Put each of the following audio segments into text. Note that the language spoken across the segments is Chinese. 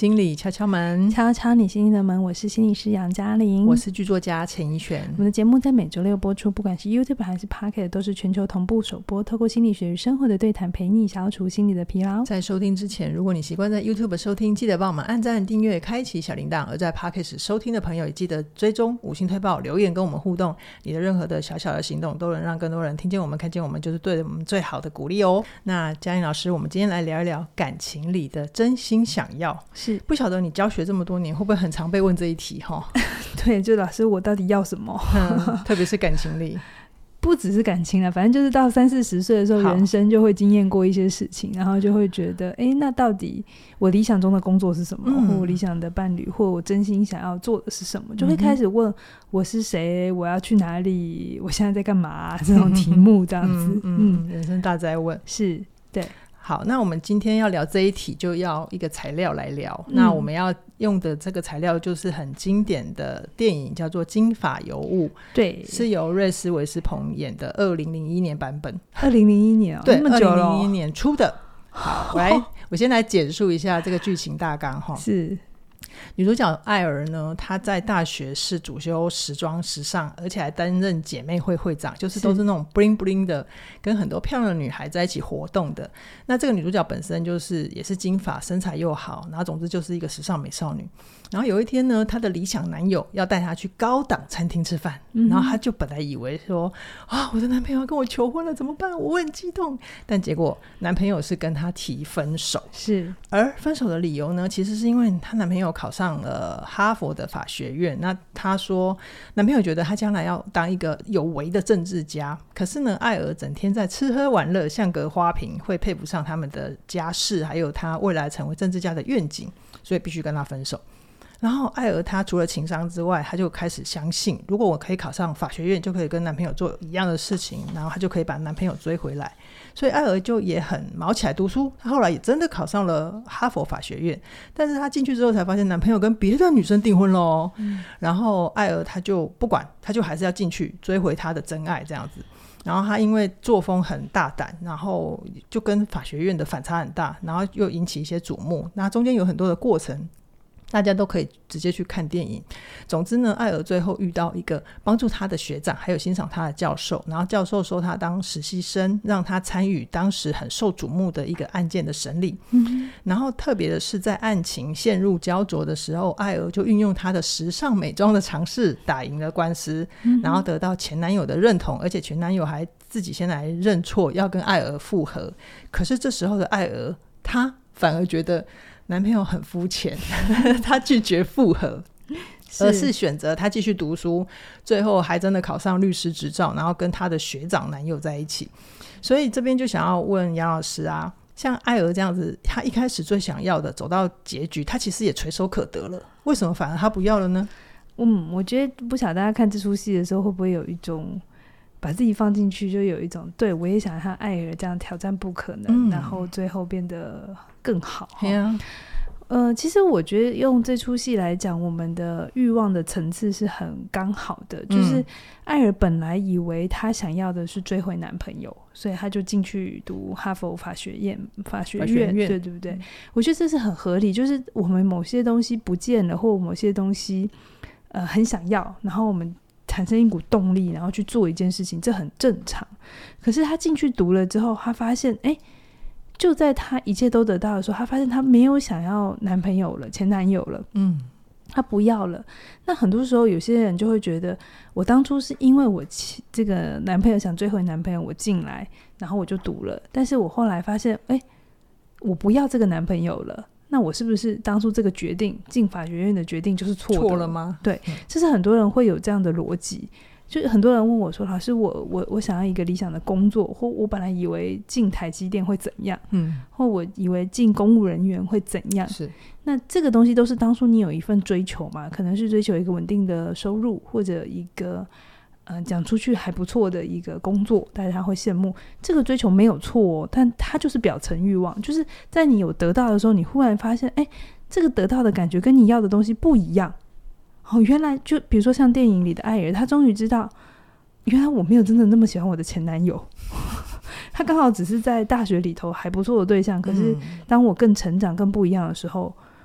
心理敲敲门， 敲敲你心里的门。我是心理师杨嘉玲， 我是剧作家陈怡璇。 我们的节目在每周六播出，不管是 YouTube 还是 Podcast 都是全球同步首播，透过心理学与生活的对谈，陪你消除心理的疲劳。 在收听之前，如果你习惯在 YouTube 收听，记得帮我们按赞订阅开启小铃铛，而在 Podcast 收听的朋友也记得追踪5星推爆留言跟我们互动，你的任何的小小的行动都能让更多人听见我们看见我们，就是对我们最好的鼓励哦。那嘉玲老师，我们今天来聊一聊感情里的真心想要。 是， 不晓得你教学这么多年会不会很常被问这一题对，就老师我到底要什么特别是感情里， 不只是感情啦，反正就是到30-40岁的时候，人生就会经验过一些事情，然后就会觉得那到底我理想中的工作是什么，或我理想的伴侣，或我真心想要做的是什么，就会开始问我是谁，我要去哪里，我现在在干嘛，这种题目这样子人生大哉问。 是，对。 好，那我们今天要聊这一题就要一个材料来聊，那我们要用的这个材料就是很经典的电影，叫做《金发尤物》， 对， 是由瑞斯韦斯彭演的2001年版本。 2001年对， 那么久了 2001年出的。好，我先来简述一下这个剧情大纲是， 女主角艾儿呢，她在大学是主修时装时尚，而且还担任姐妹会会长，就是都是那种 bling bling 的，跟很多漂亮的女孩在一起活动的。那这个女主角本身就是也是金发，身材又好，然后总之就是一个时尚美少女。然后有一天呢，她的理想男友要带她去高档餐厅吃饭，然后她就本来以为说我的男朋友要跟我求婚了怎么办，我很激动，但结果男朋友是跟她提分手。 是， 而分手的理由呢，其实是因为她男朋友考上了哈佛的法学院。那她说男朋友觉得她将来要当一个有为的政治家，可是呢艾儿整天在吃喝玩乐，像个花瓶，会配不上他们的家世还有她未来成为政治家的愿景，所以必须跟她分手。然后艾儿她除了情商之外，她就开始相信如果我可以考上法学院，就可以跟男朋友做一样的事情，然后她就可以把男朋友追回来。所以艾儿就也很毛起来读书，她后来也真的考上了哈佛法学院，但是她进去之后才发现男朋友跟别的女生订婚咯然后艾儿她就不管，她就还是要进去追回她的真爱这样子。然后她因为作风很大胆，然后就跟法学院的反差很大，然后又引起一些瞩目，那中间有很多的过程，大家都可以直接去看电影。总之呢，艾儿最后遇到一个帮助他的学长，还有欣赏他的教授，然后教授收他当实习生，让他参与当时很受瞩目的一个案件的审理然后特别的是在案情陷入焦灼的时候，艾儿就运用他的时尚美妆的尝试打赢了官司然后得到前男友的认同，而且前男友还自己先来认错要跟艾儿复合。可是这时候的艾儿她反而觉得男朋友很肤浅他拒绝复合，而是选择他继续读书，最后还真的考上律师执照，然后跟他的学长男友在一起。所以这边就想要问杨老师啊，像艾儿这样子，他一开始最想要的走到结局，他其实也垂手可得了，为什么反而他不要了呢？ 我觉得不晓得大家看这出戏的时候会不会有一种把自己放进去，就有一种对我也想像艾儿这样挑战不可能然后最后变得更好其实我觉得用这出戏来讲，我们的欲望的层次是很刚好的就是艾儿本来以为她想要的是追回男朋友，所以她就进去读哈佛法学院对不对我觉得这是很合理，就是我们某些东西不见了，或某些东西很想要，然后我们产生一股动力，然后去做一件事情，这很正常。可是他进去读了之后，他发现就在他一切都得到的时候，他发现他没有想要男朋友了，前男友了他不要了。那很多时候有些人就会觉得，我当初是因为我这个男朋友想追回男朋友，我进来然后我就读了，但是我后来发现我不要这个男朋友了，那我是不是当初这个决定进法学院的决定就是错了吗？ 对，这是很多人会有这样的逻辑。就很多人问我说，老师我想要一个理想的工作，或我本来以为进台积电会怎样或我以为进公务人员会怎样， 是那这个东西都是当初你有一份追求嘛，可能是追求一个稳定的收入，或者一个讲出去还不错的一个工作，大家会羡慕，这个追求没有错但它就是表层欲望，就是在你有得到的时候，你忽然发现这个得到的感觉跟你要的东西不一样原来就比如说像电影里的艾儿，他终于知道原来我没有真的那么喜欢我的前男友他刚好只是在大学里头还不错的对象，可是当我更成长更不一样的时候，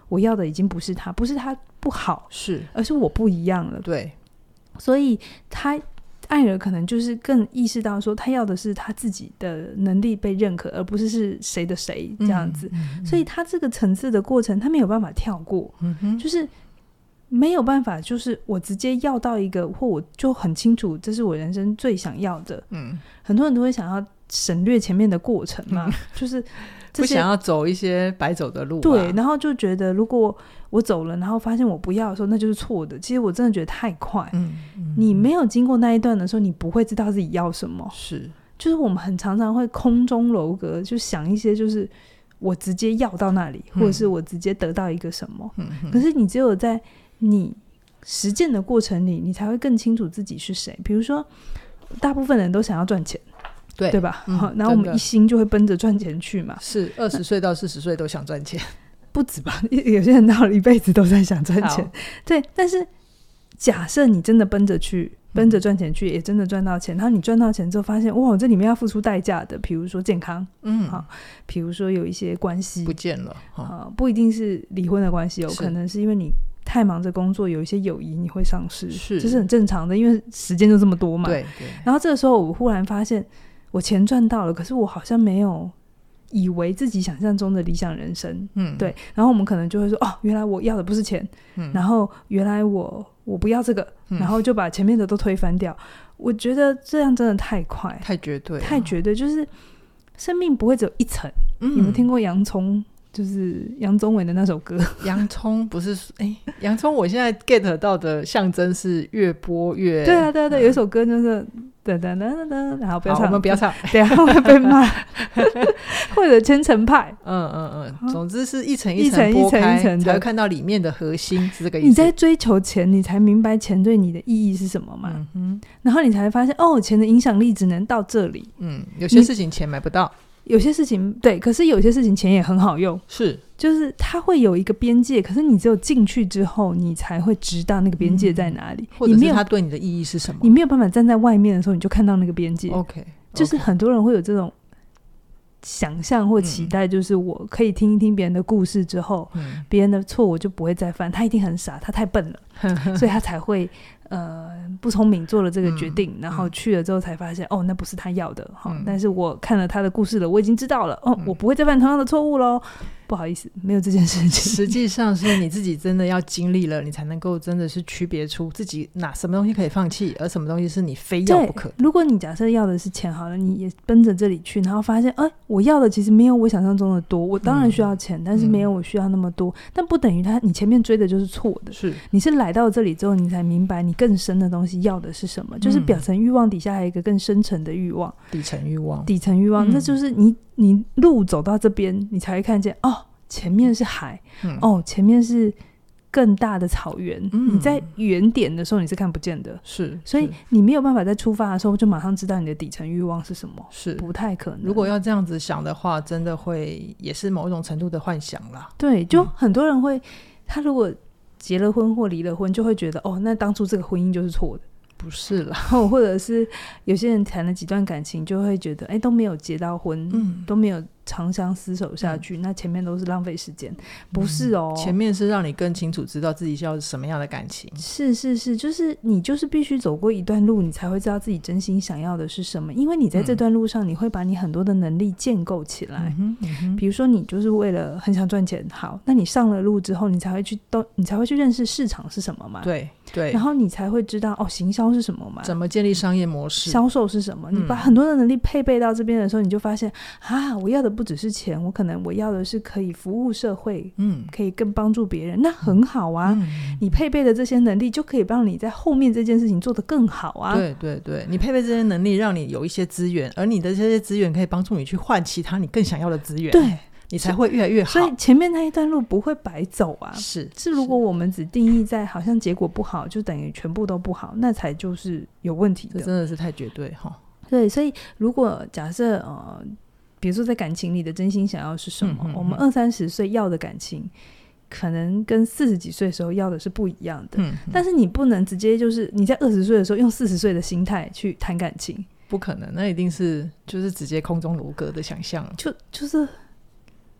我要的已经不是他不好， 是， 而是我不一样了。 对， 所以艾尔可能就是更意识到说他要的是他自己的能力被认可，而不是谁的谁这样子。所以他这个层次的过程他没有办法跳过，就是没有办法就是我直接要到一个，或我就很清楚这是我人生最想要的。很多人都会想要省略前面的过程嘛，就是不想要走一些白走的路， 对，然后就觉得如果我走了然后发现我不要的时候那就是错的。其实我真的觉得太快，你没有经过那一段的时候你不会知道自己要什么。 是， 就是我们很常常会空中楼阁，就想一些就是我直接要到那里，或者是我直接得到一个什么，可是你只有在你实践的过程里你才会更清楚自己是谁。比如说大部分人都想要赚钱，对吧？然后我们一心就会奔着赚钱去嘛。 是20岁到40岁都想赚钱， 不止吧，有些人到了一辈子都在想赚钱。对，但是假设你真的奔着赚钱去，也真的赚到钱，然后你赚到钱之后发现哇这里面要付出代价的，比如说健康，比如说有一些关系不见了， 不一定是离婚的关系，有可能是因为你太忙着工作，有一些友谊你会丧失，这是很正常的，因为时间就这么多嘛。对，然后这个时候我忽然发现我钱赚到了，可是我好像没有以为自己想象中的理想人生，对，然后我们可能就会说原来我要的不是钱，然后原来我不要这个，然后就把前面的都推翻掉。我觉得这样真的太快，太绝对，就是生命不会只有一层。你们听过洋葱，就是杨宗纬的那首歌？ 洋葱不是洋葱我现在 get 到的象征是越剥越， 对啊，有一首歌就是噔噔噔噔噔，然后不要唱， 我们不要唱， 等一下会被骂或者千层派， 总之是一层一层剥开才会看到里面的核心，是这个意思。 你在追求钱你才明白钱对你的意义是什么嘛，然后你才会发现钱的影响力只能到这里。 有些事情钱买不到， 有些事情对，可是有些事情钱也很好用， 是， 就是它会有一个边界，可是你只有进去之后你才会知道那个边界在哪里， 或者是它对你的意义是什么。 你没有办法站在外面的时候你就看到那个边界。 OK， 就是很多人会有这种想象或期待，就是我可以听一听别人的故事之后，别人的错我就不会再犯，他一定很傻，他太笨了所以他才会不聪明做了这个决定，然后去了之后才发现那不是他要的，但是我看了他的故事了，我已经知道了我不会再犯同样的错误咯。不好意思，没有这件事情。 实际上是你自己真的要经历了，你才能够真的是区别出自己什么东西可以放弃，而什么东西是你非要不可。 如果你假设要的是钱好了，你也奔着这里去，然后发现我要的其实没有我想象中的多，我当然需要钱，但是没有我需要那么多，但不等于你前面追的就是错的。是，你是来到这里之后你才明白你更深的东西要的是什么，就是表层欲望底下还有一个更深层的欲望，底层欲望，这就是你路走到这边你才会看见前面是海，前面是更大的草原，你在原点的时候你是看不见的，所以你没有办法在出发的时候就马上知道你的底层欲望是什么，不太可能。 如果要这样子想的话，真的会也是某种程度的幻想啦。 对，就很多人会他如果结了婚或离了婚就会觉得那当初这个婚姻就是错的， 不是啦。 或者是有些人谈了几段感情就会觉得都没有结到婚，都没有长相厮守下去，那前面都是浪费时间。不是前面是让你更清楚知道自己要什么样的感情。 是，就是你就是必须走过一段路你才会知道自己真心想要的是什么，因为你在这段路上你会把你很多的能力建构起来。比如说你就是为了很想赚钱，好，那你上了路之后你才会去认识市场是什么嘛，对，然后你才会知道行销是什么嘛， 怎么建立商业模式， 销售是什么。你把很多的能力配备到这边的时候你就发现我要的不只是钱，我要的是可以服务社会，可以更帮助别人，那很好啊。你配备的这些能力就可以让你在后面这件事情做得更好啊。 对，你配备这些能力让你有一些资源，而你的这些资源可以帮助你去换其他你更想要的资源，对，你才会越来越好。 所以前面那一段路不会白走啊。是如果我们只定义在好像结果不好就等于全部都不好，那才就是有问题的。 这真的是太绝对对，所以如果假设比如说在感情里的真心想要是什么，我们20-30岁要的感情可能跟40几岁的时候要的是不一样的。但是你不能直接就是你在20岁的时候用40岁的心态去谈感情，不可能，那一定是就是直接空中楼阁的想象，就是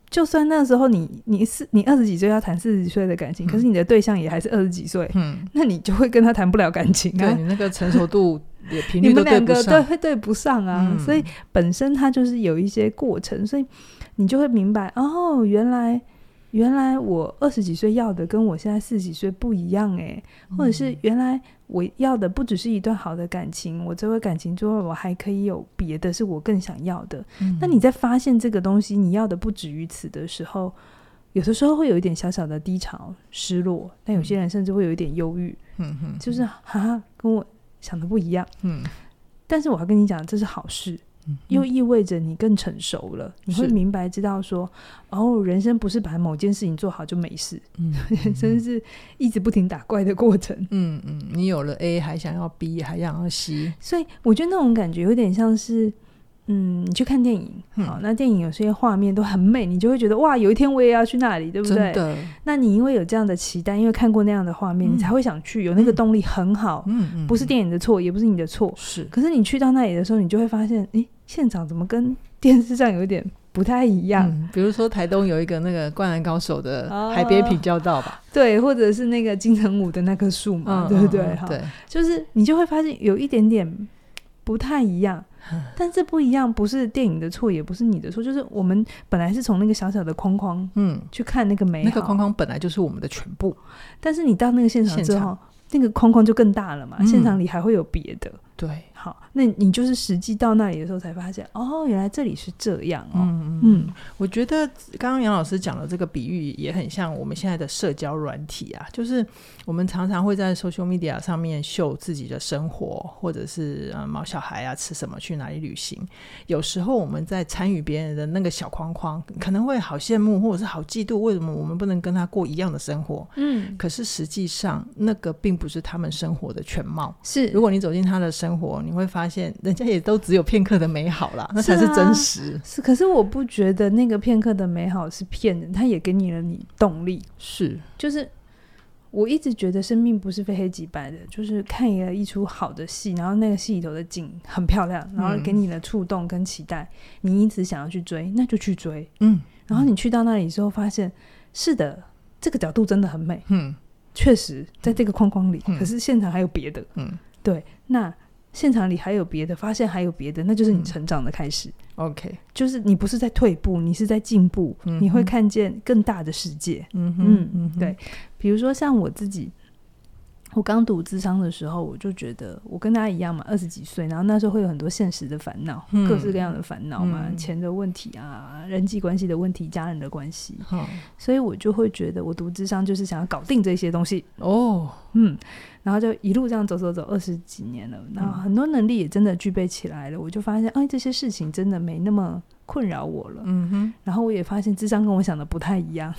就算那时候你20几岁要谈40几岁的感情，可是你的对象也还是20几岁，那你就会跟他谈不了感情啊。 对，你那个成熟度也频率都对不上， 你们两个会对不上啊。所以本身它就是有一些过程，所以你就会明白哦，原来我20几岁要的跟我现在40几岁不一样耶，或者是原来我要的不只是一段好的感情，我这段感情之后我还可以有别的是我更想要的。那你在发现这个东西你要的不止于此的时候，有的时候会有一点小小的低潮失落，但有些人甚至会有一点忧郁，就是哈哈跟我想的不一样。但是我要跟你讲，这是好事，又意味着你更成熟了，你会明白知道说哦，人生不是把某件事情做好就没事，人生是一直不停打怪的过程。 你有了 A 还想要 B 还想要 C， 所以我觉得那种感觉有点像是你去看电影，好，那电影有些画面都很美，你就会觉得哇，有一天我也要去那里，对不对？真的。那你因为有这样的期待，因为看过那样的画面，你才会想去，有那个动力很好，不是电影的错，也不是你的错， 是。 可是你去到那里的时候，你就会发现现场怎么跟电视上有一点不太一样。 比如说台东有一个那个灌篮高手的海边平交道吧， 对，或者是那个金城武的那棵树嘛，对不对？对，就是你就会发现有一点点不太一样，但这不一样不是电影的错，也不是你的错，就是我们本来是从那个小小的框框去看那个美好， 那个框框本来就是我们的全部， 但是你到那个现场之后，那个框框就更大了嘛，现场里还会有别的。 对， 好，那你就是实际到那里的时候才发现，哦，原来这里是这样哦。 我觉得刚刚杨老师讲的这个比喻也很像我们现在的社交软体啊，就是我们常常会在 social media 上面秀自己的生活，或者是毛小孩啊吃什么去哪里旅行，有时候我们在参与别人的那个小框框，可能会好羡慕或者是好嫉妒，为什么我们不能跟他过一样的生活？可是实际上那个并不是他们生活的全貌。 是， 如果你走进他的生活，你会发现人家也都只有片刻的美好啦，那才是真实。 是，可是我不觉得那个片刻的美好是骗人，它也给你了你动力。 是， 就是我一直觉得生命不是非黑即白的，就是看了一出好的戏，然后那个戏里头的景很漂亮，然后给你的触动跟期待，你因此想要去追，那就去追。然后你去到那里之后发现，是的，这个角度真的很美，确实在这个框框里，可是现场还有别的。对，那现场里还有别的，发现还有别的，那就是你成长的开始。 OK， 就是你不是在退步，你是在进步，你会看见更大的世界。对，比如说像我自己，我刚读諮商的时候，我就觉得我跟他一样嘛，20几岁，然后那时候会有很多现实的烦恼，各式各样的烦恼嘛，钱的问题啊，人际关系的问题，家人的关系，所以我就会觉得我读諮商就是想要搞定这些东西。然后就一路这样走20几年了，然后很多能力也真的具备起来了，我就发现这些事情真的没那么困扰我了。然后我也发现諮商跟我想的不太一样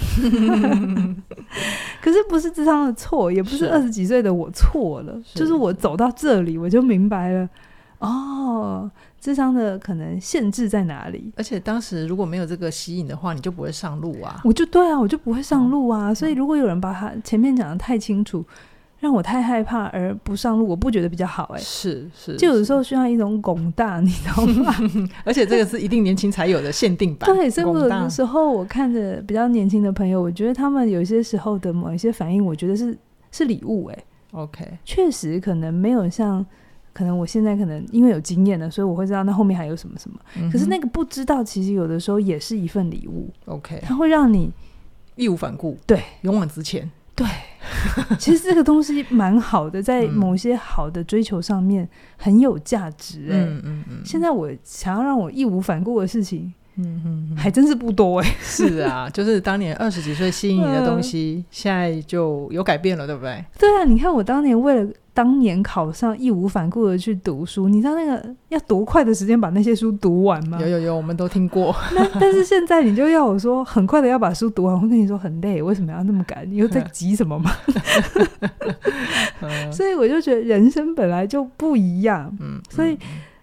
可是不是諮商的错，也不是20几岁的我错了，就是我走到这里我就明白了，諮商的可能限制在哪里。 而且当时如果没有这个吸引的话，你就不会上路啊。 我就不会上路啊。所以如果有人把他前面讲的太清楚，让我太害怕而不上路，我不觉得比较好。 是， 就有时候需要一种拱大，你知道吗而且这个是一定年轻才有的限定版对，所以我有的时候我看着比较年轻的朋友，我觉得他们有些时候的某一些反应，我觉得是礼物。 OK， 确实可能没有像可能我现在可能因为有经验了，所以我会知道那后面还有什么什么，可是那个不知道其实有的时候也是一份礼物。 OK， 它会让你义无反顾， 对， 勇往直前。 对其实这个东西蛮好的，在某些好的追求上面很有价值。现在我想要让我义无反顾的事情还真是不多。 是啊，就是当年20几岁吸引你的东西现在就有改变了，对不对？ 对啊，你看我当年为了当年考上，义无反顾的去读书，你知道那个要多快的时间把那些书读完吗？ 有，我们都听过但是现在你就要我说很快的要把书读完，我跟你说很累，为什么要那么赶？你又在急什么吗所以我就觉得人生本来就不一样。所以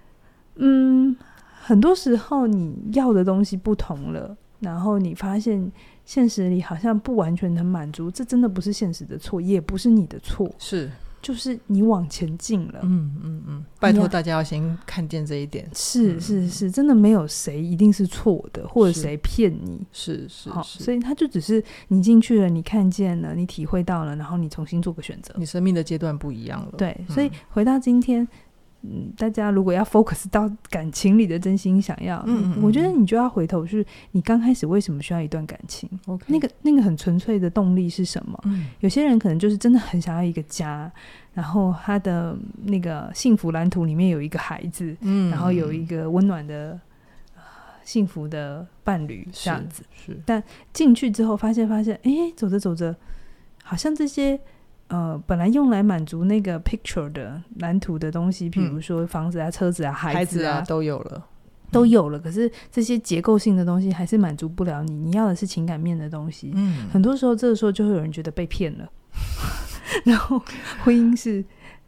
很多时候你要的东西不同了，然后你发现现实里好像不完全能满足，这真的不是现实的错，也不是你的错。 是， 就是你往前进了。 拜托大家要先看见这一点。 是，真的没有谁一定是错的，或者谁骗你。 是， 所以它就只是你进去了，你看见了，你体会到了，然后你重新做个选择， 你生命的阶段不一样了。 对，所以回到今天大家如果要 focus 到感情里的真心想要，我觉得你就要回头是你刚开始为什么需要一段感情，那个很纯粹的动力是什么。有些人可能就是真的很想要一个家，然后他的那个幸福蓝图里面有一个孩子，然后有一个温暖的幸福的伴侣这样子。但进去之后发现走着走着好像这些本来用来满足那个 picture 的蓝图的东西，比如说房子啊、车子啊、孩子啊都有了， 可是这些结构性的东西还是满足不了你，你要的是情感面的东西。很多时候这个时候就会有人觉得被骗了然后婚姻是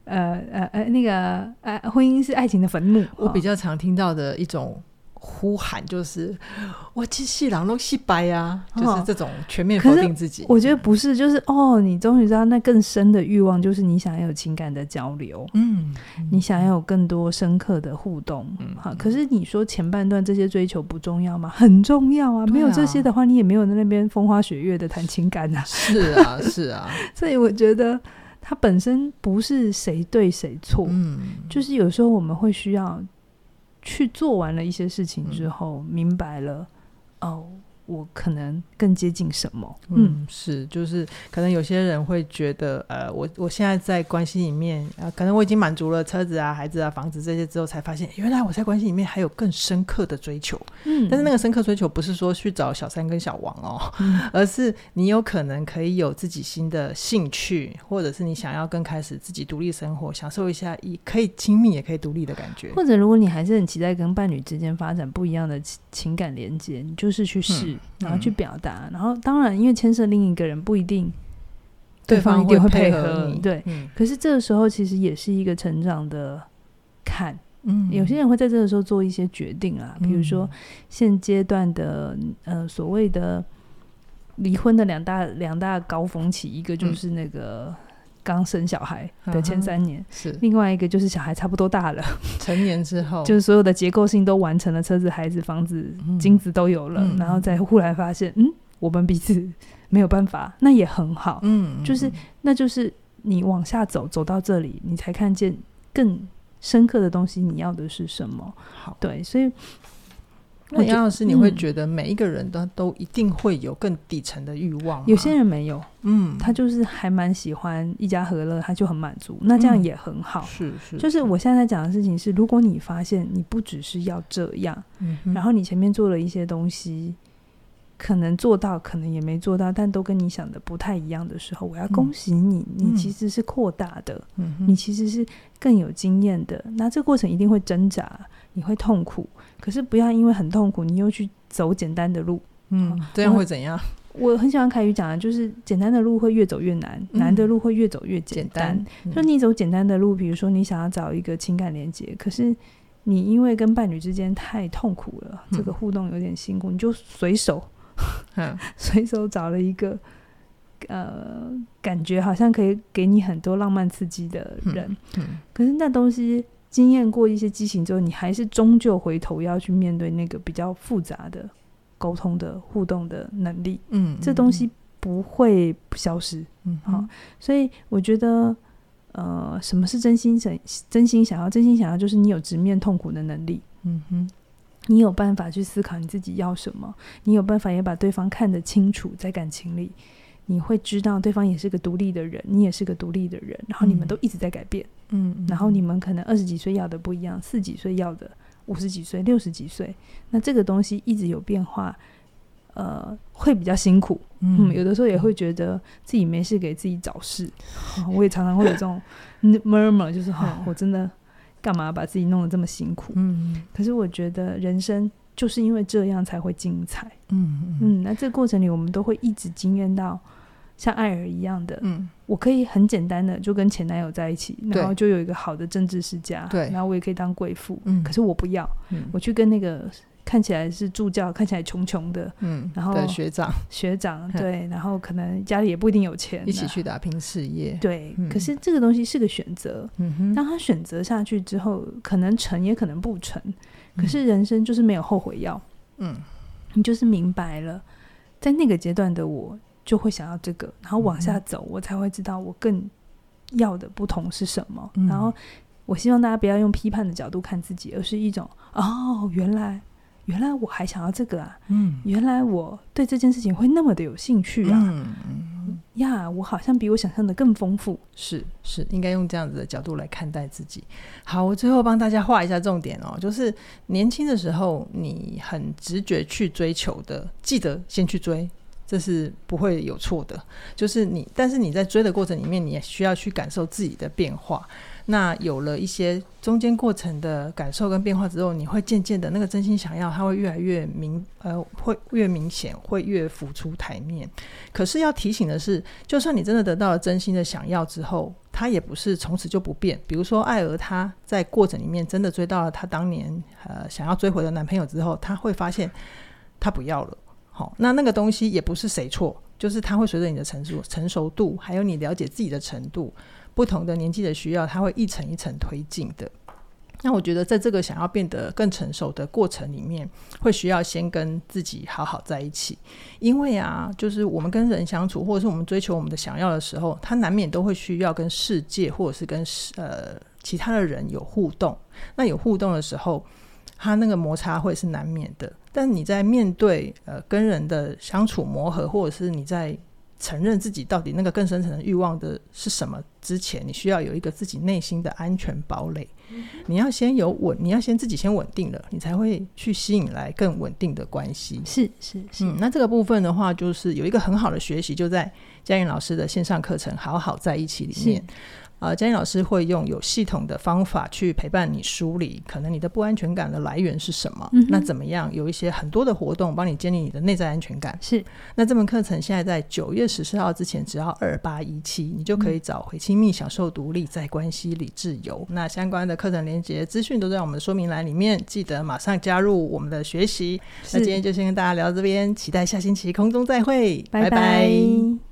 婚姻是爱情的坟墓。 我比较常听到的一种呼喊就是我这世人都失败啊，就是这种全面否定自己。 我觉得不是，就是你终于知道那更深的欲望就是你想要有情感的交流，你想要有更多深刻的互动。可是你说前半段这些追求不重要吗？很重要啊，没有这些的话你也没有在那边风花雪月的谈情感啊。是啊所以我觉得它本身不是谁对谁错，就是有时候我们会需要去做完了一些事情之后，明白了我可能更接近什么。 是，就是可能有些人会觉得我现在在关系里面可能我已经满足了车子啊、孩子啊、房子这些之后，才发现原来我在关系里面还有更深刻的追求。但是那个深刻追求不是说去找小三跟小王而是你有可能可以有自己新的兴趣，或者是你想要更开始自己独立生活，享受一下可以亲密也可以独立的感觉。 或者如果你还是很期待跟伴侣之间发展不一样的情感连接，你就是去试，然后去表达，然后当然因为牵涉另一个人不一定对方一定会配合你，对，可是这个时候其实也是一个成长的坎。有些人会在这个时候做一些决定啊，比如说现阶段的所谓的离婚的两大高峰期，一个就是那个刚生小孩的前3年，另外一个就是小孩差不多大了， 成年之后， 就是所有的结构性都完成了，车子、孩子、房子、精子都有了，然后再忽然发现我们彼此没有办法，那也很好。那就是你往下走到这里，你才看见更深刻的东西，你要的是什么。好，对，所以那杨老师，你会觉得每一个人都一定会有更底层的欲望吗？ 有些人没有，他就是还蛮喜欢一家和乐，他就很满足，那这样也很好。是，就是我现在讲的事情是，如果你发现你不只是要这样，然后你前面做了一些东西，可能做到，可能也没做到，但都跟你想的不太一样的时候，我要恭喜你，你其实是扩大的，你其实是更有经验的。那这个过程一定会挣扎，你会痛苦，可是不要因为很痛苦你又去走简单的路。 这样会怎样？ 我很喜欢凯宇讲的，就是简单的路会越走越难，难的路会越走越简单。就你走简单的路，比如说你想要找一个情感连接，可是你因为跟伴侣之间太痛苦了，这个互动有点辛苦，你就随手找了一个感觉好像可以给你很多浪漫刺激的人，可是那东西经验过一些激情之后，你还是终究回头要去面对那个比较复杂的沟通的互动的能力。这东西不会消失。所以我觉得什么是真心想要？真心想要就是你有直面痛苦的能力。你有办法去思考你自己要什么，你有办法也把对方看得清楚，在感情里你会知道对方也是个独立的人，你也是个独立的人，然后你们都一直在改变。然后你们可能20几岁要的不一样，40几岁要的50几岁60几岁，那这个东西一直有变化，会比较辛苦。有的时候也会觉得自己没事给自己找事。我也常常会有这种 murmur， 就是我真的干嘛把自己弄得这么辛苦。可是我觉得人生就是因为这样才会精彩。那这个过程里我们都会一直经验到像艾尔一样的，我可以很简单的就跟前男友在一起，然后就有一个好的政治世家，然后我也可以当贵妇，可是我不要，我去跟那个看起来是助教，看起来穷穷的，然后对学长对，然后可能家里也不一定有钱， 一起去打拼事业， 对，可是这个东西是个选择，当他选择下去之后，可能成也可能不成，可是人生就是没有后悔药，你就是明白了，在那个阶段的我就会想要这个，然后往下走，我才会知道我更要的不同是什么，然后我希望大家不要用批判的角度看自己，而是一种原来我还想要这个啊，原来我对这件事情会那么的有兴趣啊，我好像比我想象的更丰富， 是应该用这样子的角度来看待自己。好，我最后帮大家画一下重点就是年轻的时候你很直觉去追求的，记得先去追，这是不会有错的，就是但是你在追的过程里面，你也需要去感受自己的变化。那有了一些中间过程的感受跟变化之后，你会渐渐的那个真心想要，它会越来越会越明显，会越浮出台面。可是要提醒的是，就算你真的得到了真心的想要之后，它也不是从此就不变。比如说艾儿她在过程里面真的追到了她当年想要追回的男朋友之后，她会发现她不要了。那个东西也不是谁错，就是它会随着你的成熟度还有你了解自己的程度，不同的年纪的需要，它会一层一层推进的。那我觉得在这个想要变得更成熟的过程里面，会需要先跟自己好好在一起。因为就是我们跟人相处，或者是我们追求我们的想要的时候，它难免都会需要跟世界或者是跟其他的人有互动。那有互动的时候，它那个摩擦会是难免的，但你在面对跟人的相处磨合，或者是你在承认自己到底那个更深层的欲望的是什么之前，你需要有一个自己内心的安全堡垒。你要先你要自己先稳定了，你才会去吸引来更稳定的关系。 是那这个部分的话，就是有一个很好的学习，就在嘉玲老师的线上课程好好在一起里面。嘉玲老师会用有系统的方法去陪伴你梳理可能你的不安全感的来源是什么，那怎么样有一些很多的活动帮你建立你的内在安全感。 是， 那这门课程现在在9月14号之前只要2817，你就可以找回亲密享受独立，在关系里自由。那相关的课程连结资讯都在我们的说明栏里面，记得马上加入我们的学习。那今天就先跟大家聊到这边，期待下星期空中再会，拜拜。